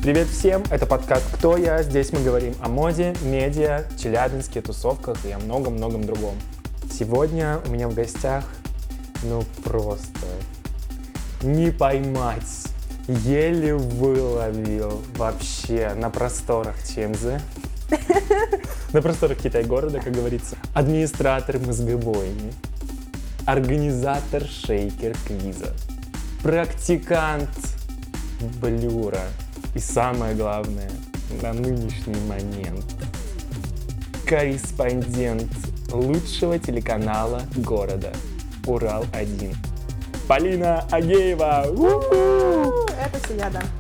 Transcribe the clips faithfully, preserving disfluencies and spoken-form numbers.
Привет всем, это подкаст «Кто я?». Здесь мы говорим о моде, медиа, челябинске, тусовках и о многом-многом другом. Сегодня у меня в гостях, ну просто не поймать, еле выловил вообще на просторах ЧМЗ, на просторах Китай-города, как говорится, администратор мозгобойни, организатор шейкер-квиза, практикант блюра и, самое главное, на нынешний момент, корреспондент лучшего телеканала города Урал один. Полина Агеева! У-у-у! Это все я, да.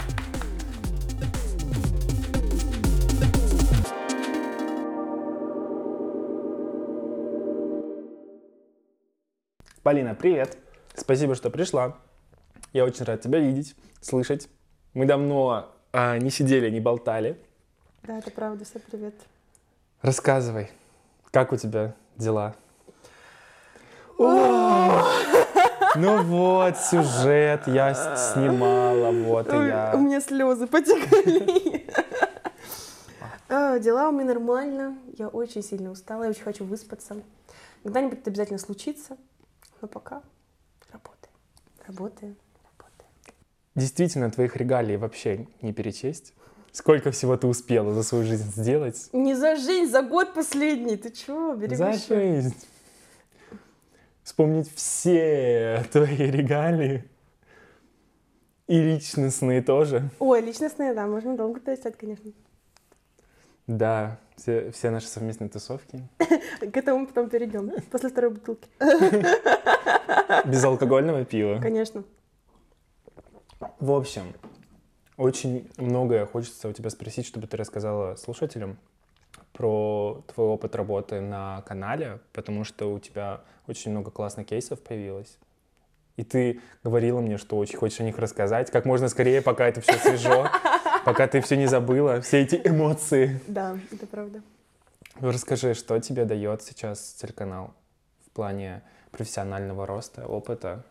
Полина, привет! Спасибо, что пришла. Я очень рад тебя видеть, слышать. Мы давно а, не сидели, не болтали. Да, это правда. Всем привет. Рассказывай, как у тебя дела? Ну вот, сюжет я снимала, вот и я. У меня слезы потекли. Дела у меня нормально. Я очень сильно устала, я очень хочу выспаться. Когда-нибудь это обязательно случится. Но пока работаем, работаем, работаем. Действительно, твоих регалий вообще не перечесть. Сколько всего ты успела за свою жизнь сделать? Не за жизнь, за год последний. Ты чего? Бери За выше. жизнь. Вспомнить все твои регалии. И личностные тоже. Ой, личностные, да, можно долго перечислять, конечно. Да, все, все наши совместные тусовки. К этому мы потом перейдем, после второй бутылки. Безалкогольного пива. Конечно. В общем, очень многое хочется у тебя спросить, чтобы ты рассказала слушателям про твой опыт работы на канале, потому что у тебя очень много классных кейсов появилось. И ты говорила мне, что очень хочешь о них рассказать как можно скорее, пока это все свежо, пока ты все не забыла, все эти эмоции. Да, это правда. Расскажи, что тебе дает сейчас телеканал в плане профессионального роста, опыта?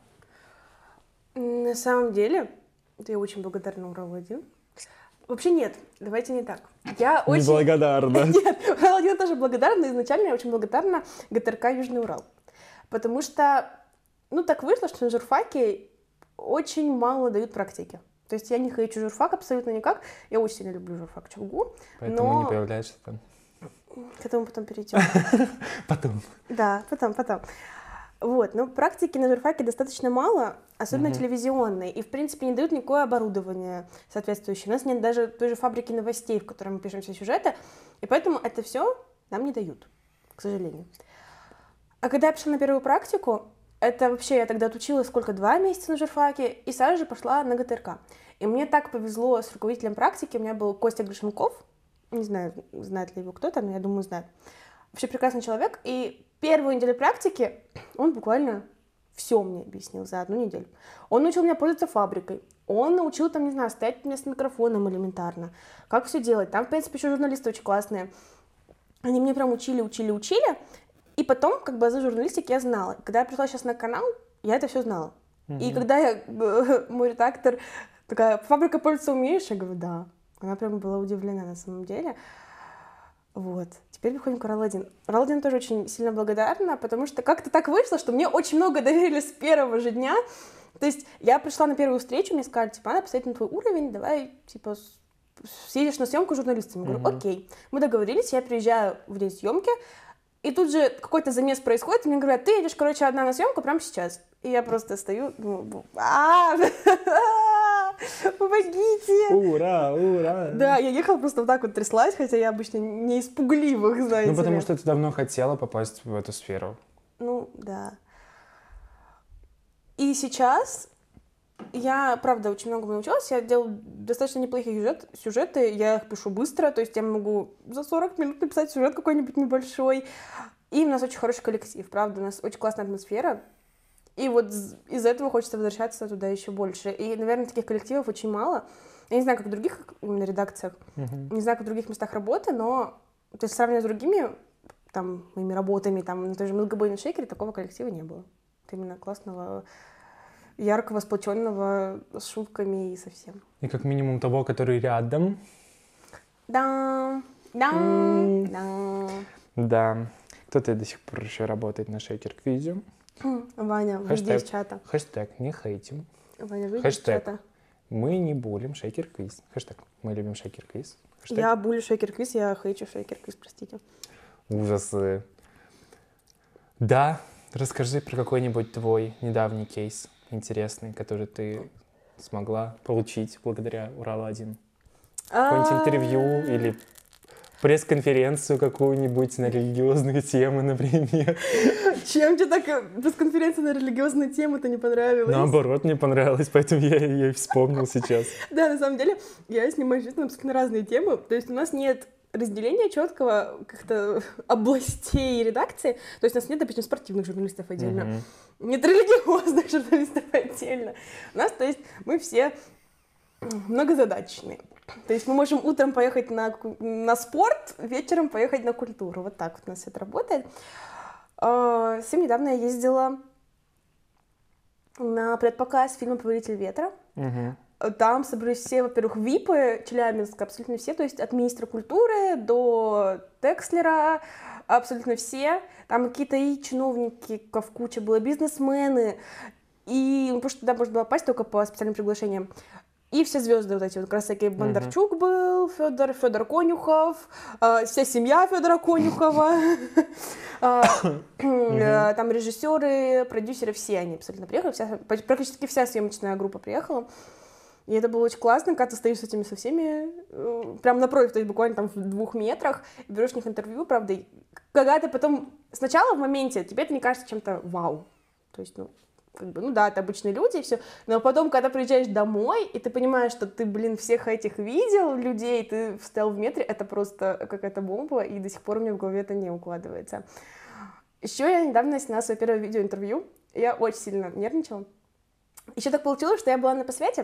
На самом деле, я очень благодарна Уралу один. Вообще нет, давайте не так. Я очень... Неблагодарна. Нет, Урал один тоже благодарна. Изначально я очень благодарна ГТРК «Южный Урал». Потому что, ну, так вышло, что на журфаке очень мало дают практики. То есть я не хочу журфак абсолютно никак. Я очень сильно люблю журфак ЧелГУ. Поэтому но... не появляешься там. К этому потом перейдем. Потом. Да, потом, потом. Вот, но практики на журфаке достаточно мало, особенно mm-hmm. телевизионные, и, в принципе, не дают никакое оборудование соответствующее. У нас нет даже той же фабрики новостей, в которой мы пишем все сюжеты, и поэтому это все нам не дают, к сожалению. А когда я пришла на первую практику, это вообще, я тогда отучилась сколько, два месяца на журфаке, и сразу же пошла на ГТРК. И мне так повезло с руководителем практики, у меня был Костя Гришенков, не знаю, знает ли его кто-то, но я думаю, знает. Вообще прекрасный человек, и первую неделю практики он буквально все мне объяснил за одну неделю. Он научил меня пользоваться фабрикой, он научил, там, не знаю, стоять у меня с микрофоном элементарно, как все делать. Там, в принципе, еще журналисты очень классные. Они мне прям учили, учили, учили, и потом, как бы, за журналистики я знала. Когда я пришла сейчас на канал, я это все знала. Mm-hmm. И когда я, мой редактор такая: фабрика пользоваться умеешь? Я говорю, да. Она прям была удивлена на самом деле. Вот. Теперь переходим к Уралу один. Урал один тоже очень сильно благодарна, потому что как-то так вышло, что мне очень много доверили с первого же дня. То есть я пришла на первую встречу, мне сказали, типа, надо посмотреть на твой уровень, давай, типа, съедешь на съемку с журналистами. Я говорю, окей. Мы договорились, я приезжаю в день съемки, и тут же какой-то замес происходит, и мне говорят, ты едешь, короче, одна на съемку прямо сейчас. И я просто стою, думаю, помогите! Ура, ура! Да, я ехала просто вот так вот тряслась, хотя я обычно не из пугливых, знаете. Ну, потому ли. что ты давно хотела попасть в эту сферу. Ну, да. И сейчас я, правда, очень многому научилась. Я делаю достаточно неплохие сюжет, сюжеты, я их пишу быстро, то есть я могу за сорок минут написать сюжет какой-нибудь небольшой. И у нас очень хороший коллектив, правда, у нас очень классная атмосфера. И вот из-за этого хочется возвращаться туда еще больше. И, наверное, таких коллективов очень мало. Я не знаю, как в других именно редакциях, uh-huh. не знаю, как в других местах работы, но то есть, сравнивая с другими там, моими работами, там, на той же МозгоБойне Шейкере, такого коллектива не было. Вот именно классного яркого, сплоченного, с шутками и со всем. И как минимум того, который рядом. Да, да, М. да. Да. Кто-то до сих пор еще работает на шейкер-квизе. Ваня, выйди Хэштег. из чата. Хэштег не хейтим. Ваня, выйди Хэштег. из чата. Мы не булим шейкер-квиз. Хэштег. Мы любим шейкер-квиз. Хэштег. Я булю шейкер-квиз, я хейчу шейкер-квиз, простите. Ужасы. Да, расскажи про какой-нибудь твой недавний кейс интересный, который ты смогла получить благодаря Уралу-один. Какое-нибудь интервью или пресс-конференцию какую-нибудь на религиозные темы, например. Чем тебе так пресс-конференция на религиозные темы-то не понравилась? Наоборот, мне понравилось, поэтому я ее вспомнил сейчас. Да, на самом деле, я снимаю жизнь на абсолютно разные темы. То есть у нас нет разделения четкого как-то областей редакции. То есть у нас нет, допустим, спортивных журналистов отдельно. Мгм. Нет религиозных журналистов отдельно. У нас, то есть, мы все многозадачные. То есть мы можем утром поехать на, ку- на спорт, вечером поехать на культуру. Вот так вот у нас это работает. А, Совсем недавно я ездила на предпоказ фильма «Повелитель ветра». Мгм. Там собрались все, во-первых, випы Челябинска, абсолютно все, то есть от министра культуры до Текслера, абсолютно все. Там какие-то и чиновники, в куче было, бизнесмены, и ну, потому что туда можно было попасть только по специальным приглашениям. И все звезды вот эти, вот как раз таки Бондарчук был, Федор, Федор Конюхов, э, вся семья Федора Конюхова, э, э, там режиссеры, продюсеры, все они абсолютно приехали, вся- практически вся съемочная группа приехала. И это было очень классно, когда ты стоишь с этими со всеми, э, прям напротив, то есть буквально там в двух метрах, и берешь у них интервью, правда. И когда ты потом, сначала в моменте, тебе это не кажется чем-то вау. То есть, ну, как бы, ну да, это обычные люди и все. Но потом, когда приезжаешь домой, и ты понимаешь, что ты, блин, всех этих видел людей, ты стоял в метре, это просто какая-то бомба, и до сих пор у меня в голове это не укладывается. Еще я недавно сняла свое первое видеоинтервью, я очень сильно нервничала. Еще так получилось, что я была на посвяти,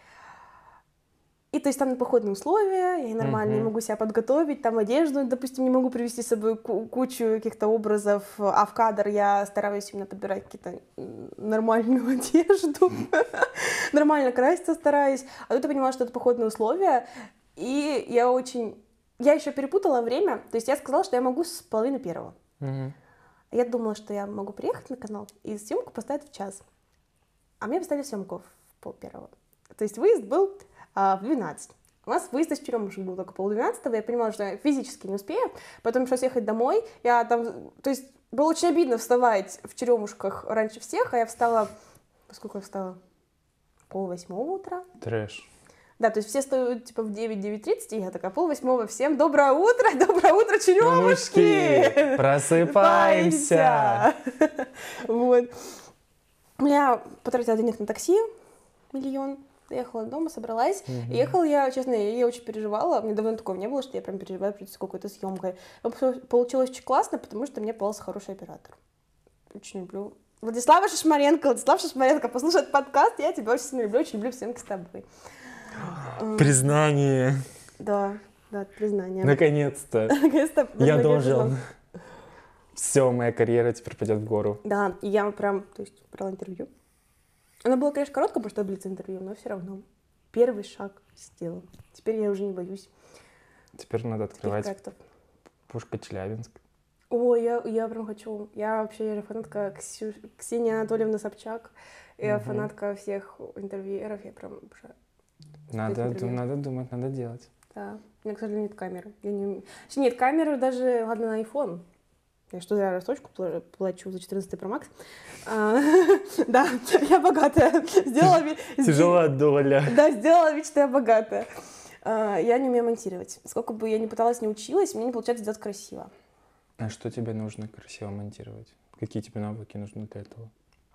и то есть там походные условия, я нормально не Мгм. могу себя подготовить, там одежду, допустим, не могу привезти с собой ку- кучу каких-то образов, а в кадр я стараюсь именно подбирать какие-то м, нормальную одежду, нормально краситься стараюсь, а тут я понимала, что это походные условия, и я очень... Я еще перепутала время, то есть я сказала, что я могу с половины первого. Мгм. Я думала, что я могу приехать на канал и съемку поставить в час. А мне поставили съемку в пол первого. То есть выезд был а, в двенадцать. У нас выезд из Черемушек был только полдвенадцатого. Я понимала, что я физически не успею. Потом пришлось ехать домой. Я там... То есть было очень обидно вставать в Черемушках раньше всех, а я встала... Во сколько я встала? Пол восьмого утра. Трэш. Да, то есть все встают типа в девять-девять тридцать, и я такая, пол восьмого, всем доброе утро, доброе утро, Черемушки! Черемушки, просыпаемся! Вот. Я потратила денег на такси, миллион, доехала дома, собралась. Мгм. И ехала я, честно, я очень переживала, мне давно такого не было, что я прям переживаю перед какой-то съемкой. Но пол- получилось очень классно, потому что мне попался хороший оператор. Очень люблю. Владислава Шишмаренко, Владислав Шишмаренко, послушай этот подкаст, я тебя очень сильно люблю, очень люблю съемки с тобой. Признание. Да, да, это признание. Наконец-то. Наконец-то Я возможно, должен. Все, моя карьера теперь пойдет в гору. Да, и я прям, то есть, брала интервью. Оно было, конечно, короткое, потому что блиц-интервью, но все равно первый шаг сделан. Теперь я уже не боюсь Теперь надо таких открывать проектов. Пушка Челябинск. Ой, я, я прям хочу. Я вообще я же фанатка Ксю- Ксении Анатольевны Собчак. Я Мгм. фанатка всех интервьюеров. Я прям обожаю. Надо, интервью. ду- надо думать, надо делать. Да. У меня, к сожалению, нет камеры. Я не... ум- Точнее, нет камеры даже, ладно, на iPhone. Я что, зря рассрочку пла- плачу за четырнадцатый Pro Max? А, Да, я богатая. Сделала вид... Тяжелая доля. Да, сделала вид, что я богатая. А, Я не умею монтировать. Сколько бы я ни пыталась, не училась, мне не получается сделать красиво. А что тебе нужно красиво монтировать? Какие тебе навыки нужны для этого?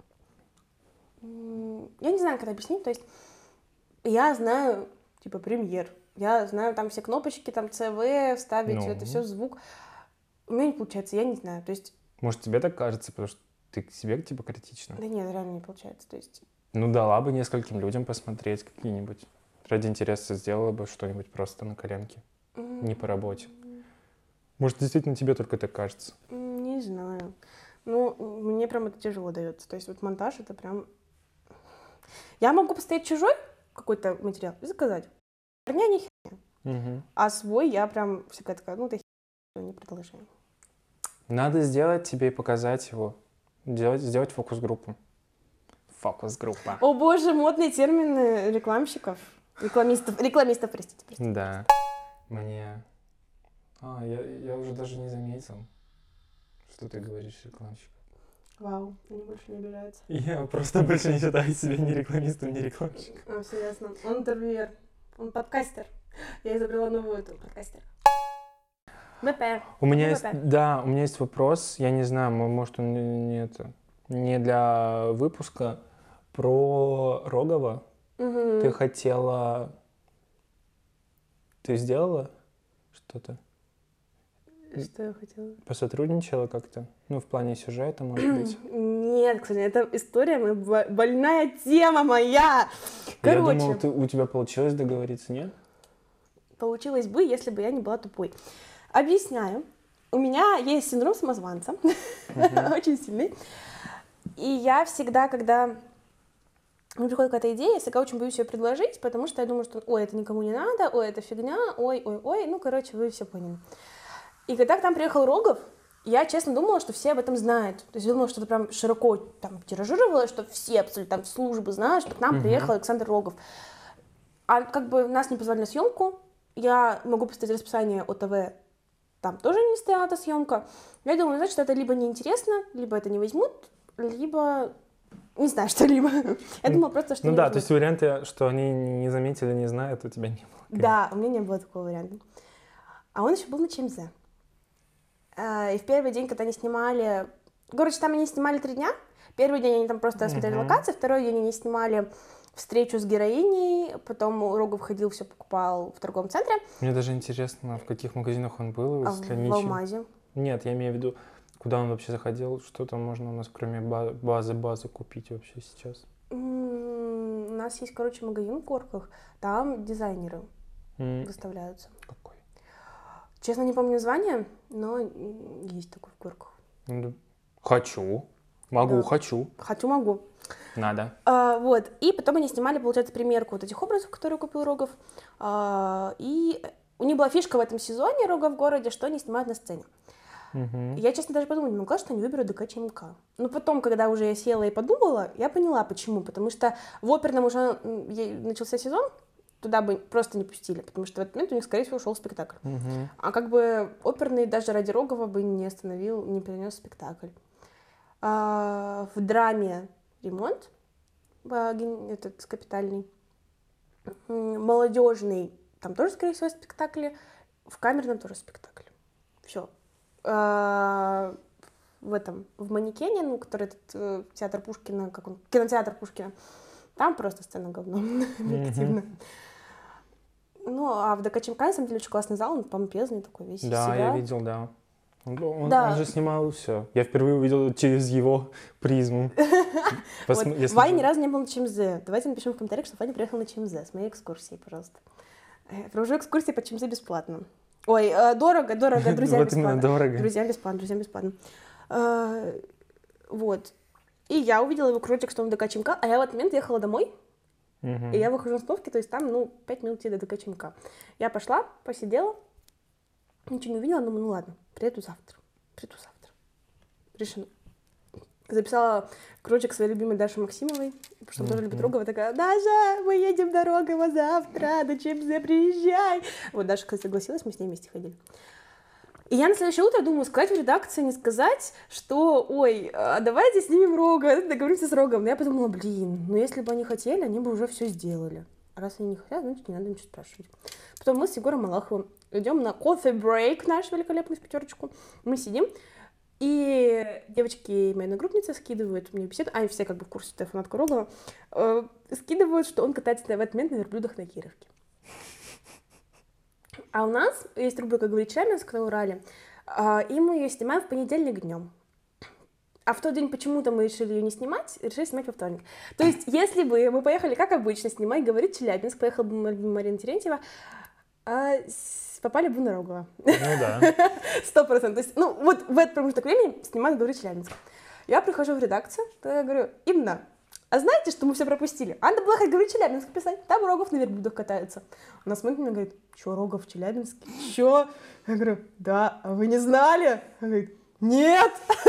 М, Я не знаю, как это объяснить. То есть я знаю, типа, премьер. Я знаю там все кнопочки, там си ви, вставить Ну. это все звук. У меня не получается, я не знаю. То есть, Может, тебе так кажется, потому что ты к себе типа критична? да нет, реально не получается. То есть, Ну, дала бы нескольким людям посмотреть какие-нибудь. Ради интереса сделала бы что-нибудь просто на коленке, м, не по работе. Может, действительно тебе только так кажется? м, не знаю. Ну, мне прям это тяжело дается. То есть вот монтаж это прям Я могу поставить чужой какой-то материал и заказать. Херня не херня. Угу. А свой я прям всегда такая, ну, это херня, не продолжаем. Надо сделать тебе и показать его. Делать, сделать фокус-группу. Фокус-группа. О боже, модные термины рекламщиков. Рекламистов, рекламистов, простите, простите. Да. Мне... А, я, я уже даже не заметил, что ты говоришь рекламщик. Вау, они больше не обижаются. Я просто больше не считаю себя ни рекламистом, ни рекламщиком. А, все ясно. Он интервьюер, он подкастер. Я изобрела новую эту подкастер. ВП. У меня ВП. есть, да, у меня есть вопрос, я не знаю, может он не, не это, не для выпуска, про Рогова. Угу. Ты хотела, ты сделала что-то? Что я хотела? Посотрудничала как-то? Ну, в плане сюжета, может быть? Нет, кстати, это история, моя бо- больная тема моя. Короче, Я думал, ты, у тебя получилось договориться, нет? получилось бы, если бы я не была тупой. Объясняю. У меня есть синдром самозванца, очень сильный. И я всегда, когда мне приходит какая-то идея, я всегда очень боюсь ее предложить, потому что я думаю, что ой, это никому не надо, ой, это фигня, ой, ой, ой. Ну, короче, вы все поняли. И когда к нам приехал Рогов, я честно думала, что все об этом знают. То есть я думала, что это прям широко там тиражировалось, что все абсолютно там службы знают, что к нам uh-huh. приехал Александр Рогов. А как бы нас не позвали на съемку, я могу поставить расписание ОТВ, там тоже не стояла эта съемка. Я думала, значит, это либо неинтересно, либо это не возьмут, либо... Не знаю, что-либо. Я думала просто, что... Ну да, то есть варианты, что они не заметили, не знают, у тебя не было. Да, у меня не было такого варианта. А он еще был на ЧМЗ. И в первый день, когда они снимали... Короче, там они снимали три дня. Первый день они там просто осмотрели uh-huh. локации, второй день они снимали встречу с героиней, потом Рогов ходил, все покупал в торговом центре. Мне даже интересно, в каких магазинах он был, а если в ничего... Алмазе. Нет, я имею в виду, куда он вообще заходил, что там можно у нас кроме базы-базы купить вообще сейчас? Mm, у нас есть, короче, магазин в Горках, там дизайнеры mm. выставляются. Какой? Честно, не помню название, но есть такой в Горках. Хочу. Могу, да. хочу. Хочу, могу. Надо. А, вот. И потом они снимали, получается, примерку вот этих образов, которые купил Рогов. А, и у них была фишка в этом сезоне Рогов в городе, что они снимают на сцене. Угу. Я, честно, даже подумала, не могла, что они выберут ДК ЧМК. Но потом, когда уже я села и подумала, я поняла, почему. Потому что в оперном уже начался сезон, туда бы просто не пустили, потому что в этот момент у них, скорее всего, шел спектакль. Угу. А как бы оперный даже ради Рогова бы не остановил, не перенес спектакль. А, в драме ремонт, этот капитальный, молодежный, там тоже, скорее всего, спектакли, в камерном тоже спектакль. Все. А, в этом, в манекене, ну, который этот э, театр Пушкина, как он, кинотеатр Пушкина, там просто сцена говно, объективно. Mm-hmm. Ну, а в ДК ЧМК, на самом деле, очень классный зал, он помпезный такой, весь да, себя. я видел, да. Он, он, да. он же снимал все. Я впервые увидел через его призму. Вот. Ваня ни разу не был на ЧМЗ. Давайте напишем в комментариях, что Ваня приехал на ЧМЗ с моей экскурсией, пожалуйста. Провожу экскурсии по ЧМЗ бесплатно. Ой, дорого, дорого, друзья, бесплатно. дорого. Друзьям бесплатно, друзьям бесплатно. Вот. И я увидела его крутик, что он в ДК ЧМК, а я в этот момент ехала домой. И я выхожу на остановке, то есть там, ну, пять минут до ДК ЧМК. Я пошла, посидела, ничего не увидела, думаю, ну ладно, приеду завтра, приеду завтра. Решено. Записала кружок своей любимой Даши Максимовой, чтобы mm-hmm. тоже любит Рогова, такая: Даша, мы едем до Рогова завтра, до ЧМЗ приезжай. Вот Даша, кстати, согласилась, мы с ней вместе ходили. И я на следующее утро думаю, сказать в редакции, не сказать, что, ой, а давайте снимем Рога, договоримся с Рогом. Но я подумала, блин, ну если бы они хотели, они бы уже все сделали. А раз они не хотят, значит, не надо ничего спрашивать. Потом мы с Егором Малаховым идем на кофе-брейк наш великолепный в пятерочку. Мы сидим, и девочки, мои одногруппницы, скидывают мне беседу, а они все как бы в курсе, что я фанатка Рогова, э, скидывают, что он катается в этот момент на верблюдах на Кировке. А у нас есть рубрика «Говорит Челябинск» на Урале, и мы ее снимаем в понедельник днем. А в тот день почему-то мы решили ее не снимать, решили снимать во вторник. То есть, если бы мы поехали, как обычно, снимать «Говорит Челябинск», поехала бы Марина Терентьева, а попали бы на Рогова. Ну да. Сто процентов. То есть, ну, вот в этот промежуток времени снимать «Говорит Челябинск». Я прихожу в редакцию, я говорю: Инна, а знаете, что мы все пропустили? А надо было хоть, говорю, Челябинск писать, там Рогов на верблюдах катается. Она смотрит на меня и говорит, что, Рогов в Челябинске? Что? Я говорю, да, а вы не знали? Она говорит, нет.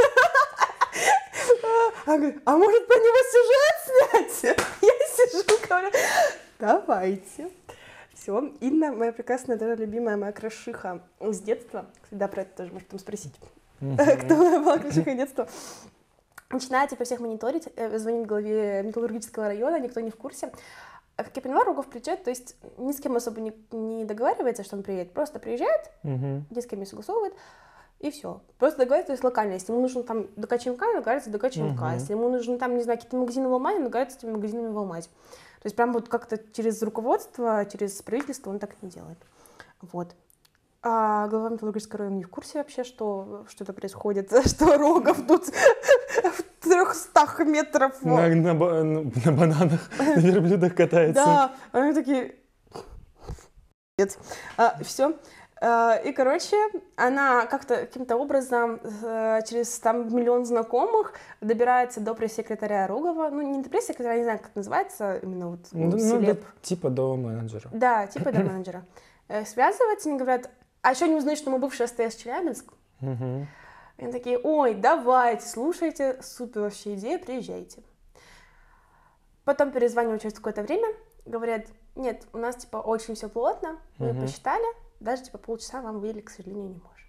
Она говорит, а может про него сюжет снять? Я сижу, говорю, давайте. Все, Инна, моя прекрасная, даже любимая моя крашиха с детства. Всегда про это тоже можно там спросить. Mm-hmm. Кто моя была крашиха детства? Начинает типа всех мониторить, звонит главе металлургического района, никто не в курсе. А как я поняла, Рогов приезжает, то есть ни с кем особо не, не договаривается, что он приедет, просто приезжает, mm-hmm. ни с кем не согласовывает, и все. Просто договаривается, то есть локально. Если ему нужен там ДК ЧМК, договаривается ДК ЧМК. Mm-hmm. Если ему нужен там, не знаю, какие-то магазины в Алмате, договаривается с этими магазинами в Алмате. То есть прям вот как-то через руководство, через правительство он так не делает. Вот. А глава металлургического района не в курсе вообще, что что-то происходит, что Рогов тут в трехстах метров. На, на, на, на бананах, на верблюдах катается. Да, они такие... Нет. А, все. А, и, короче, она как-то каким-то образом через там миллион знакомых добирается до пресс-секретаря Рогова. Ну, не до пресс-секретаря, не знаю, как это называется, именно вот ну, селеб. Ну, типа до менеджера. Да, типа до менеджера. Связываются, они говорят, а еще не узнают, что мы бывший СТС Челябинск. Угу. И они такие, ой, давайте, слушайте, супер вообще идея, приезжайте. Потом перезванивают через какое-то время, говорят, нет, у нас, типа, очень все плотно, мы угу. посчитали, даже, типа, полчаса вам выделить, к сожалению, не можем.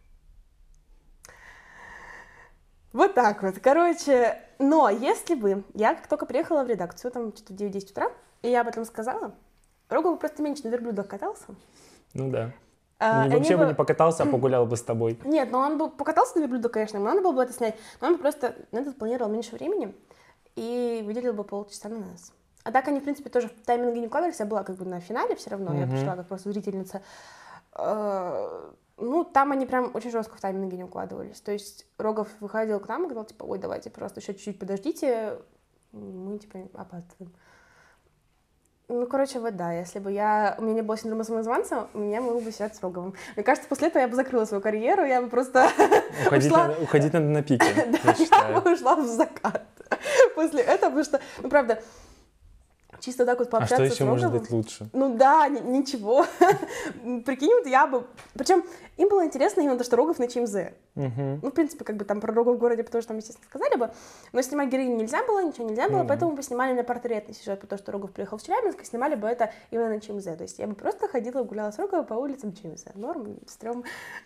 Вот так вот, короче, но если бы я как только приехала в редакцию, там, что-то в девять-десять утра, и я об этом сказала, Рогов просто меньше на верблюдах катался. Ну да. А, вообще бы не покатался, а погулял бы с тобой. Нет, ну он бы покатался на верблюдах, конечно, ему надо было бы это снять, но он бы просто на это планировал меньше времени и выделил бы полчаса на нас. А так они, в принципе, тоже в тайминге не укладывались, я была как бы на финале все равно, mm-hmm. я пришла как просто зрительница. Ну, там они прям очень жестко в тайминге не укладывались. То есть Рогов выходил к нам и говорил, типа, ой, давайте просто еще чуть-чуть подождите, мы, типа, опаздываем. Ну, короче, вот да, если бы я... У меня не было синдрома самозванца, у меня был бы сидеть с Роговым. Мне кажется, после этого я бы закрыла свою карьеру, я бы просто Уходить, ушла... надо, уходить надо на пике, да, я, я бы ушла в закат после этого, потому что, ну, правда, чисто так вот пообщаться а что еще с Роговым... может быть лучше? Ну да, н- ничего. Прикинь, вот я бы... Причем им было интересно именно то, что Рогов на ЧМЗ. Uh-huh. Ну, в принципе, как бы там про Рогов в городе, потому что там, естественно, сказали бы. Но снимать героиню нельзя было, ничего нельзя было, uh-huh. поэтому бы снимали на портретный сюжет, потому что Рогов приехал в Челябинск, и снимали бы это именно на ЧМЗ. То есть я бы просто ходила, гуляла с Роговым по улицам ЧМЗ. Норм, стрём.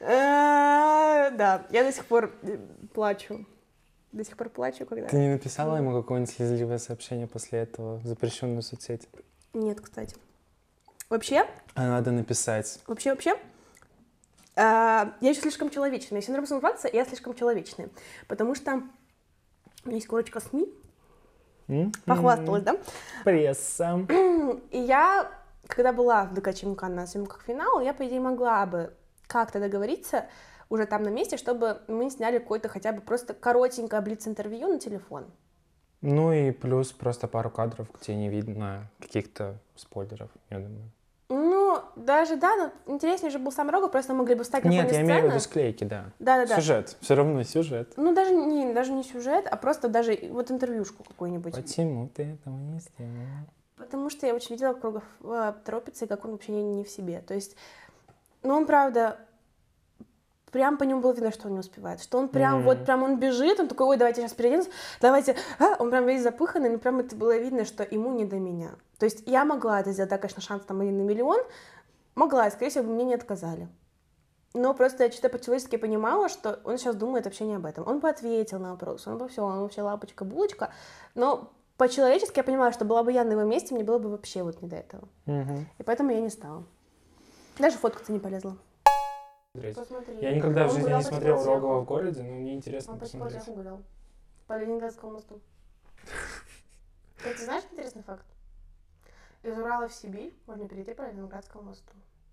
Да, я до сих пор плачу. До сих пор плачу, когда... Ты не написала ему какое-нибудь слезливое сообщение после этого в запрещенную соцсеть? Нет, кстати. Вообще? А надо написать. Вообще, вообще? А, я еще слишком человечная. Если нравится самозванца, я слишком человечная. Потому что у меня есть корочка СМИ. Mm-hmm. Похвасталась, да? Пресса. И я, когда была в ДК ЧМК на съемках финала, я, по идее, могла бы как-то договориться уже там на месте, чтобы мы сняли какое-то хотя бы просто коротенькое блиц-интервью на телефон. Ну и плюс просто пару кадров, где не видно каких-то спойлеров, я думаю. Ну, даже, да, но интереснее же был сам Рогов, просто могли бы встать на фоне Нет, я сцены. имею в виду склейки, да. Да-да-да. Сюжет, все равно сюжет. Ну, даже не, даже не сюжет, а просто даже вот интервьюшку какую-нибудь. Почему ты этого не сделала? Потому что я очень видела, как Рогов э, торопится, и как он вообще не, не в себе. То есть, ну, он, правда... Прям по нему было видно, что он не успевает. Что он прям mm-hmm. вот, прям он бежит, он такой, ой, давайте сейчас переоденемся, давайте... А! Он прям весь запыханный, но прям это было видно, что ему не до меня. То есть я могла это сделать, да, конечно, шанс там один на миллион. Могла, и, скорее всего, бы мне не отказали. Но просто я чисто по-человечески понимала, что он сейчас думает вообще не об этом. Он бы ответил на вопрос, он бы все, он вообще лапочка-булочка. Но по-человечески я понимала, что была бы я на его месте, мне было бы вообще вот не до этого. Mm-hmm. И поэтому я не стала. Даже фоткаться не полезла. Посмотри. Я никогда в жизни не смотрел Рогова в городе, но мне интересно он посмотреть. Он гулял по Ленинградскому мосту. Ты знаешь интересный факт? Из Урала в Сибирь можно перейти по Ленинградскому мосту.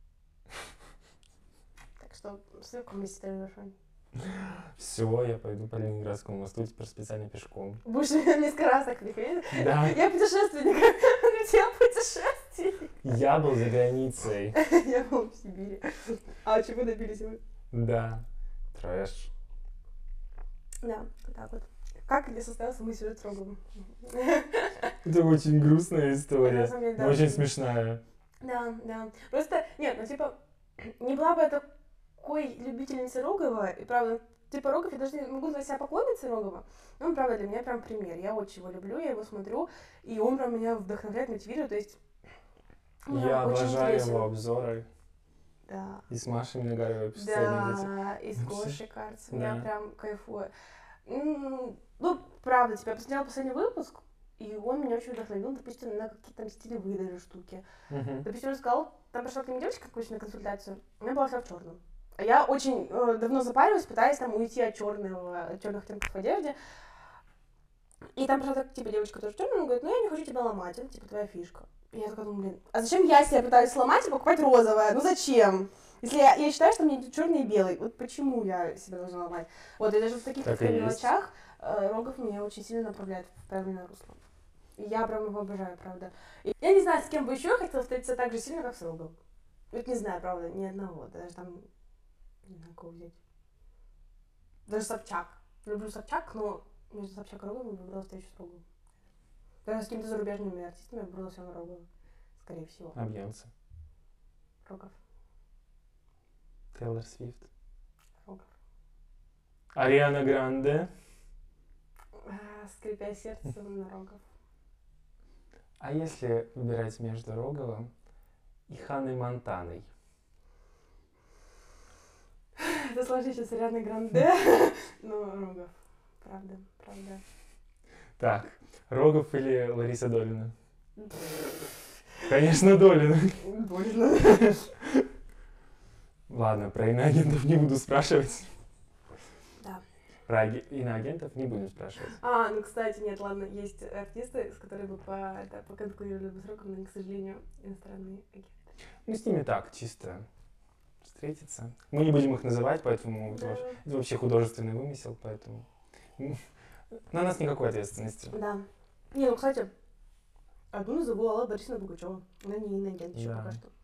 Так что ссылку вместе большой. Все, я пойду по Ленинградскому мосту теперь специально пешком. Будешь несколько раз так приходить? Да. Я путешественник. Я путешественник. Я был за границей. Я был в Сибири. А чего добились вы? Да. Трэш. Да, вот так вот. Как состоялся мой сюжет с Роговым? Это очень грустная история, На самом деле, да, но очень очень- смешная. Да, да. Просто, нет, ну типа, не была бы я такой любительницей Рогова, и правда, типа Рогов, я даже не могу назвать себя поклонницей Рогова, но он, правда, для меня прям пример. Я очень его люблю, я его смотрю, и он прям меня вдохновляет, мотивирует, то есть... он Я прям очень обожаю интересен. его обзоры. Да. И с Машей Миногаровой Да, постоянно и с Вообще. Гошей, кажется, Да. я прям кайфую. М, Ну, правда, типа, я посмотрела последний выпуск, и он меня очень вдохновил, допустим, на какие-то там стилевые даже штуки. Мгм. Допустим, он сказал, там пришла к нему девочка, короче, на консультацию, она была вся в черном. А я очень э, давно запариваюсь, пытаясь там уйти от черного, от черных оттенков в одежде. И там пришла, типа, девочка тоже в черном, она говорит, ну я не хочу тебя ломать, это, типа, твоя фишка. И я такая думаю, блин, а зачем я себя пытаюсь сломать и покупать розовое? Ну зачем? Если я, я считаю, что мне идет черный и белый, вот почему я себя должна ломать? Вот, и даже в таких Так вот и есть. мелочах э, Рогов меня очень сильно направляет в правильное русло. И я прям его обожаю, правда. И я не знаю, с кем бы еще я хотела встретиться так же сильно, как с Роговым. Вот не знаю, правда, ни одного. Даже там, не знаю, кого взять. Даже Собчак. Люблю Собчак, но между Собчак и Роговым я выбрала встречу с Роговым. Даже с какими-то зарубежными артистами я выбрала все на Рогова. Скорее всего. А Бейонсе? Рогов. Тейлор Свифт? Рогов. Ариана Гранде? А, скрипя сердце на Рогов. А если выбирать между Роговым и Ханной Монтаной? Это сложнее сейчас Ариана Гранде. Ну, Рогов. Правда, правда. Так, Рогов или Лариса Долина? Конечно, Долина. Больно. Ладно, про иноагентов не буду спрашивать. Да. Про аги- иноагентов не будем спрашивать. А, ну, кстати, нет, ладно, есть артисты, с которыми бы по, это, поконкурировали бы с Рогом, но они, к сожалению, иностранные агенты. Ну, с ними так, чисто встретиться. Мы не будем их называть, поэтому это, Да. вообще, это вообще художественный вымысел, поэтому... м, На нас никакой ответственности. Да. Не, ну, кстати, одну назову Алла Борисовна Пугачева. Она не иноагент еще Да. пока что.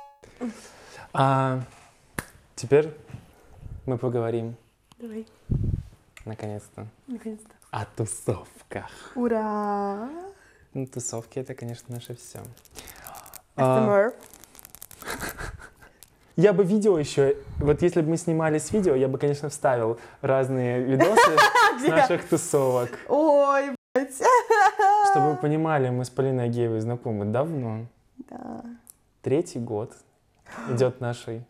А теперь мы поговорим, Давай, наконец-то, наконец-то. о тусовках. Ура! Ну, тусовки — это, конечно, наше все. СМР. Я бы видео еще, вот если бы мы снимали с видео, я бы, конечно, вставил разные видосы с наших тусовок. Ой, блядь. Чтобы вы понимали, мы с Полиной Агеевой знакомы давно. Да. Третий год идет нашей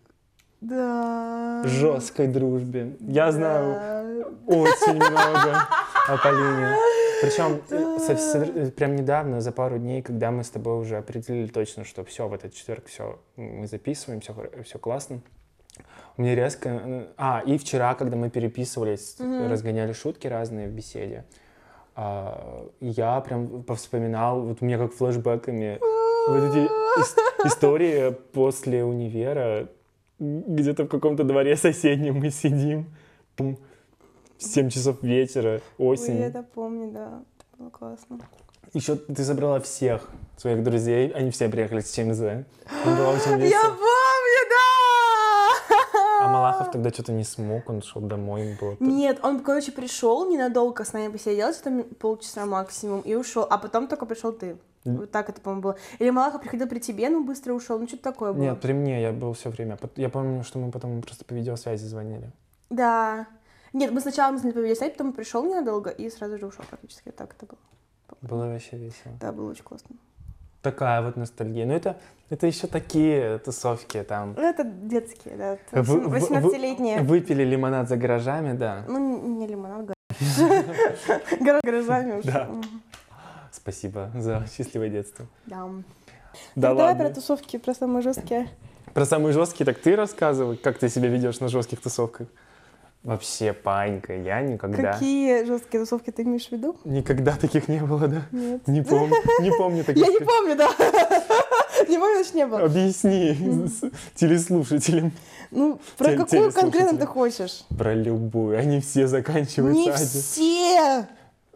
Да. жесткой дружбе. Я знаю Да. очень много о Полине. Причем э, со- со- прям недавно, за пару дней, когда мы с тобой уже определили точно, что все, в этот четверг все, мы записываем, все, все классно. У меня резко... э, А, и вчера, когда мы переписывались, Мгм. разгоняли шутки разные в беседе, а, я прям повспоминал, вот у меня как флешбэками, вот эти ис- истории после универа, где-то в каком-то дворе соседнем мы сидим, м, в семь часов вечера, Ой, осень. я это помню, да. Это было классно. Еще ты собрала всех своих друзей, они все приехали с ЧМЗ. Это было очень Я весело. помню, да! А Малахов тогда что-то не смог, он шел домой, ему было... Нет, он, короче, пришел ненадолго с нами посидел, там полчаса максимум, и ушел, а потом только пришел ты. М. Вот так это, по-моему, было. Или Малахов приходил при тебе, но быстро ушел, ну что-то такое было. Нет, при мне я был все время. Пот- Я помню, что мы потом просто по видеосвязи звонили. Да. Нет, мы сначала мы с ним повидели, потом пришел ненадолго и сразу же ушел практически. Так это было. Было вообще весело. Да, было очень классно. Такая вот ностальгия. Но это, это еще такие тусовки там. Ну, это детские, да. Вы- вы- вы- восемнадцатилетние. Выпили лимонад за гаражами, да. Ну, не не лимонад, гараж. Гараж гаражами уж. Да. Мгм. Спасибо за счастливое детство. Да. Да Ну, давай ладно. про тусовки, про самые жесткие. Про самые жесткие, так ты рассказывай, как ты себя ведешь на жестких тусовках. Вообще, панька, я никогда... Какие жесткие тусовки ты имеешь в виду? Никогда таких не было, да? Нет. Не помню, не помню таких. Я не помню, да. Не помню, значит, не было. Объясни с- телеслушателям. Ну, про Теле- какую конкретно телеслушатели. ты хочешь? Про любую. Они все заканчиваются. Не один. все!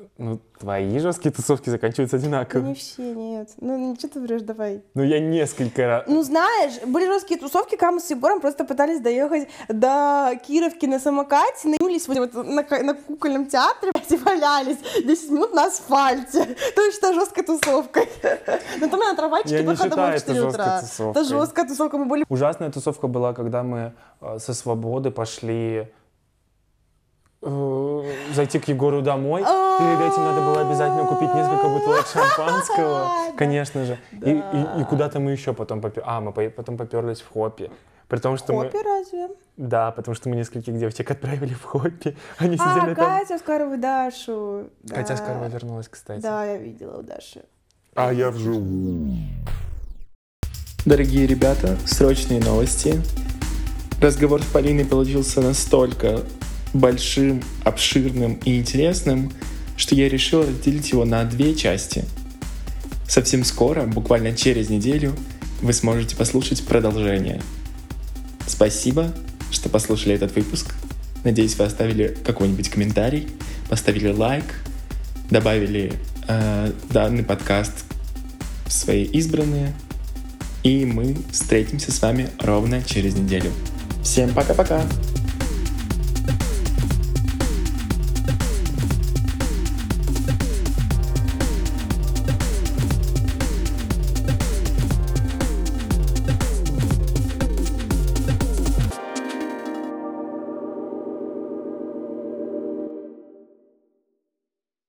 Ну, твои жесткие тусовки заканчиваются одинаково. Ну, не все, нет. Ну, что ты врешь, давай. Ну, я несколько раз... Ну, знаешь, были жесткие тусовки, когда мы с Егором просто пытались доехать до Кировки на самокате, наелись вот на, на кукольном театре и валялись десять минут на асфальте. То есть, это жесткая тусовка. Но там на трамвайчике выхода было в четыре утра. Это жесткая тусовка. Мы были... Ужасная тусовка была, когда мы со Свободы пошли... зайти к Егору домой. Перед этим надо было обязательно купить несколько бутылок шампанского, конечно же. И, и, и куда-то мы еще потом поперлись. А, мы потом поперлись в Хоппе. При том, что Хоппе мы... разве? Да, потому что мы нескольких девочек отправили в Хоппе. Они сидели а, там. Катя Оскарова и Дашу. Да. Катя Оскарова вернулась, кстати. Да, я видела у Даши. А я вживую. Дорогие ребята, срочные новости. Разговор с Полиной получился настолько большим, обширным и интересным, что я решил разделить его на две части. Совсем скоро, буквально через неделю, вы сможете послушать продолжение. Спасибо, что послушали этот выпуск. Надеюсь, вы оставили какой-нибудь комментарий, поставили лайк, добавили э, данный подкаст в свои избранные, и мы встретимся с вами ровно через неделю. Всем пока-пока!